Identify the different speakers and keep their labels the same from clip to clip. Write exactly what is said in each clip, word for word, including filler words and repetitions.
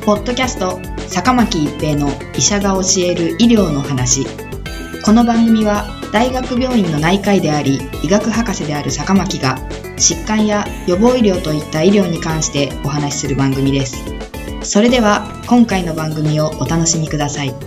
Speaker 1: ポッドキャスト坂巻一平の医者が教える医療の話。この番組は大学病院の内科医であり医学博士である坂巻が疾患や予防医療といった医療に関してお話しする番組です。それでは今回の番組をお楽しみください。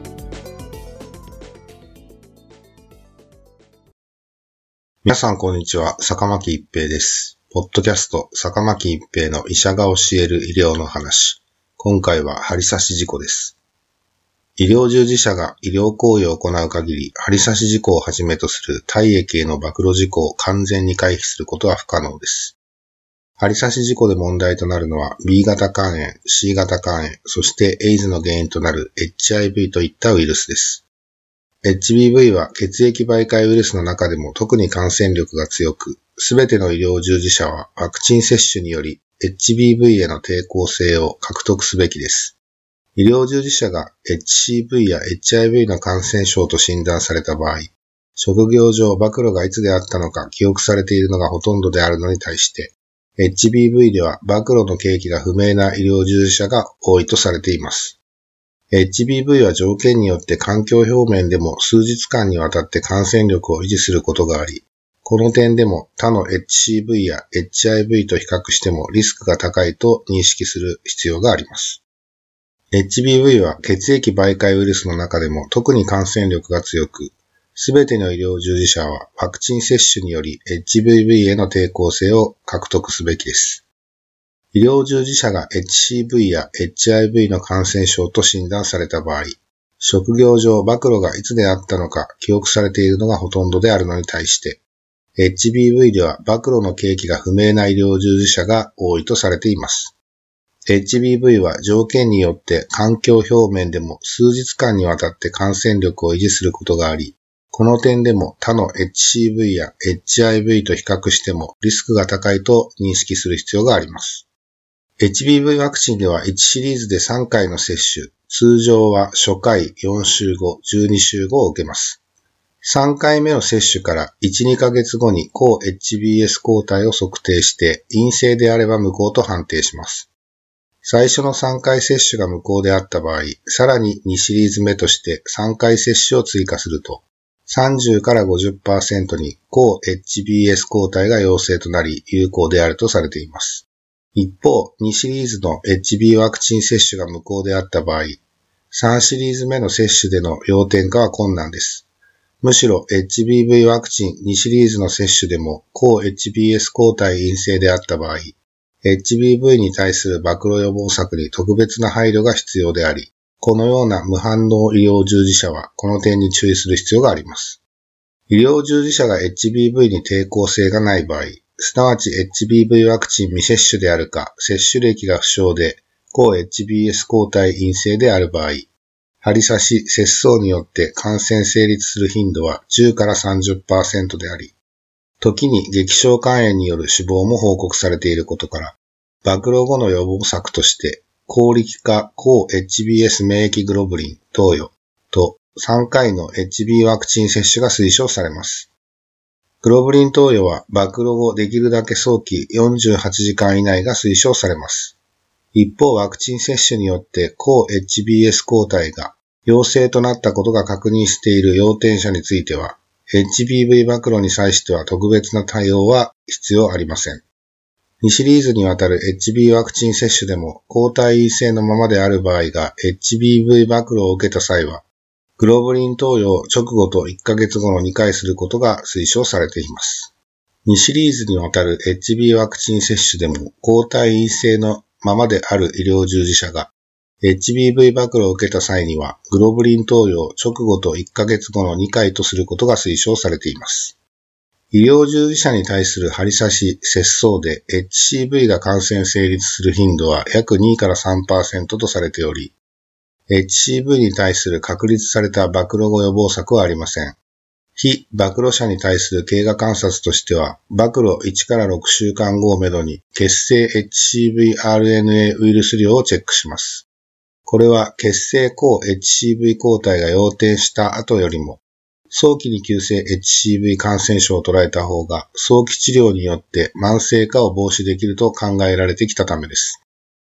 Speaker 2: 皆さんこんにちは、坂巻一平です。ポッドキャスト坂巻一平の医者が教える医療の話。今回は針刺し事故です。医療従事者が医療行為を行う限り、針刺し事故をはじめとする体液への暴露事故を完全に回避することは不可能です。針刺し事故で問題となるのは ビー 型肝炎、シー 型肝炎、そしてエイズの原因となる エイチアイブイ といったウイルスです。エイチビーブイ は血液媒介ウイルスの中でも特に感染力が強く、すべての医療従事者はワクチン接種により エイチビーブイ への抵抗性を獲得すべきです。医療従事者が エイチシーブイ や エイチアイブイ の感染症と診断された場合、職業上暴露がいつであったのか記憶されているのがほとんどであるのに対して、エイチビーブイ では暴露の契機が不明な医療従事者が多いとされています。エイチビーブイ は条件によって環境表面でも数日間にわたって感染力を維持することがあり、この点でも他の エイチシーブイ や エイチアイブイ と比較してもリスクが高いと認識する必要があります。エイチビーブイ は血液媒介ウイルスの中でも特に感染力が強く、すべての医療従事者はワクチン接種により エイチビーブイ への抵抗性を獲得すべきです。医療従事者が エイチシーブイ や エイチアイブイ の感染症と診断された場合、職業上暴露がいつであったのか記憶されているのがほとんどであるのに対して、エイチビーブイ では暴露の契機が不明な医療従事者が多いとされています。エイチビーブイ は条件によって環境表面でも数日間にわたって感染力を維持することがあり、この点でも他の エイチシーブイ や エイチアイブイ と比較してもリスクが高いと認識する必要があります。エイチビーブイ ワクチンではいちシリーズでさんかいの接種、通常は初回、よん週後、じゅうに週後を受けます。さんかいめの接種からいち、にかげつごに抗 エイチビーエス 抗体を測定して陰性であれば無効と判定します。最初のさんかい接種が無効であった場合、さらににシリーズ目としてさんかい接種を追加すると、さんじゅうから ごじゅっパーセント に抗 エイチビーエス 抗体が陽性となり有効であるとされています。一方、にシリーズの エイチビー ワクチン接種が無効であった場合、さんシリーズ目の接種での要点化は困難です。むしろ エイチビーブイ ワクチンにシリーズの接種でも抗 エイチビーエス 抗体陰性であった場合、エイチビーブイ に対する暴露予防策に特別な配慮が必要であり、このような無反応医療従事者はこの点に注意する必要があります。医療従事者が エイチビーブイ に抵抗性がない場合、すなわち エイチビーブイ ワクチン未接種であるか、接種歴が不詳で、抗 エイチビーエス 抗体陰性である場合、針刺し、切創によって感染成立する頻度はじゅうから さんじゅっパーセント であり、時に激小肝炎による死亡も報告されていることから、暴露後の予防策として、抗力化抗 エイチビーエス 免疫グロブリン投与とさんかいの エイチビー ワクチン接種が推奨されます。グロブリン投与は暴露後できるだけ早期よんじゅうはちじかん以内が推奨されます。一方、ワクチン接種によって抗 エイチビーエス 抗体が陽性となったことが確認している要点者については、エイチビーブイ 暴露に際しては特別な対応は必要ありません。にシリーズにわたる エイチビー ワクチン接種でも抗体陰性のままである場合が エイチビーブイ 暴露を受けた際は、グロブリン投与を直後といっかげつごのにかいすることが推奨されています。にシリーズにわたる エイチビー ワクチン接種でも抗体陰性のままである医療従事者が エイチビーブイ 暴露を受けた際にはグロブリン投与を直後といっかげつごのにかいとすることが推奨されています。医療従事者に対する針刺し、切創で エイチシーブイ が感染成立する頻度は約にから さんパーセント とされており、エイチシーブイ に対する確立された暴露後予防策はありません。非暴露者に対する経過観察としては、暴露いちからろくしゅうかんごをめどに血清 エイチシーブイアールエヌエー ウイルス量をチェックします。これは血清抗 エイチシーブイ 抗体が陽転した後よりも、早期に急性 エイチシーブイ 感染症を捉えた方が、早期治療によって慢性化を防止できると考えられてきたためです。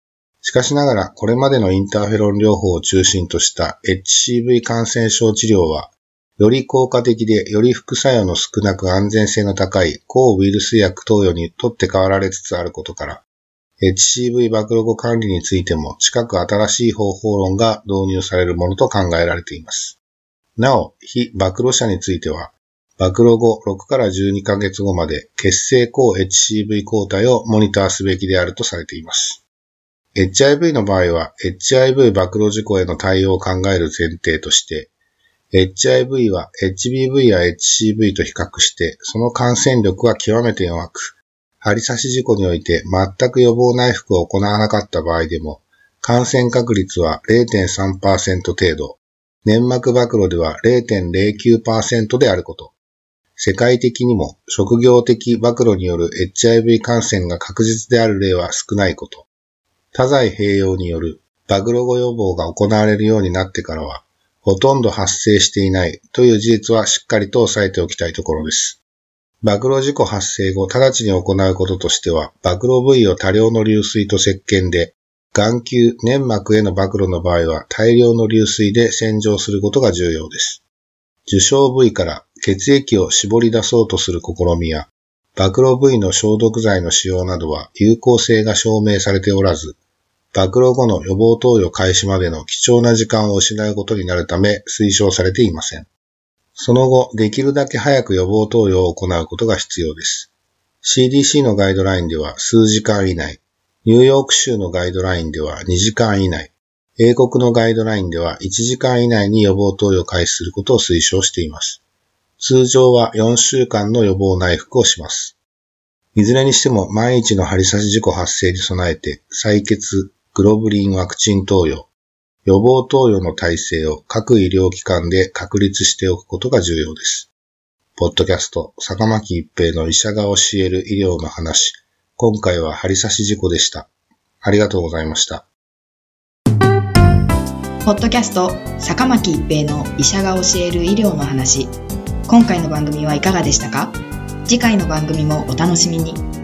Speaker 2: しかしながら、これまでのインターフェロン療法を中心とした エイチシーブイ 感染症治療は、より効果的でより副作用の少なく安全性の高い抗ウイルス薬投与にとって変わられつつあることから、エイチシーブイ 暴露後管理についても近く新しい方法論が導入されるものと考えられています。なお、非暴露者については、暴露後ろくからじゅうにかげつごまで血清抗 エイチシーブイ 抗体をモニターすべきであるとされています。エイチアイブイ の場合は、エイチアイブイ 暴露事故への対応を考える前提として、エイチアイブイ は エイチビーブイ や エイチシーブイ と比較して、その感染力は極めて弱く、針刺し事故において全く予防内服を行わなかった場合でも、感染確率は れいてんさんパーセント 程度、粘膜暴露では れいてんれいきゅうパーセント であること。世界的にも職業的暴露による エイチアイブイ 感染が確実である例は少ないこと。多剤併用による暴露後予防が行われるようになってからは、ほとんど発生していないという事実はしっかりと押さえておきたいところです。暴露事故発生後直ちに行うこととしては、暴露部位を多量の流水と石鹸で、眼球、粘膜への暴露の場合は大量の流水で洗浄することが重要です。受傷部位から血液を絞り出そうとする試みや、暴露部位の消毒剤の使用などは有効性が証明されておらず、暴露後の予防投与開始までの貴重な時間を失うことになるため推奨されていません。その後、できるだけ早く予防投与を行うことが必要です。シーディーシー のガイドラインでは数時間以内、ニューヨーク州のガイドラインではにじかん以内、英国のガイドラインではいちじかん以内に予防投与を開始することを推奨しています。通常はよんしゅうかんの予防内服をします。いずれにしても万一の針刺し事故発生に備えて、採血、グロブリンワクチン投与、予防投与の体制を各医療機関で確立しておくことが重要です。ポッドキャスト、坂巻一平の医者が教える医療の話。今回は針刺し事故でした。ありがとうございました。
Speaker 1: ポッドキャスト、坂巻一平の医者が教える医療の話。今回の番組はいかがでしたか？次回の番組もお楽しみに。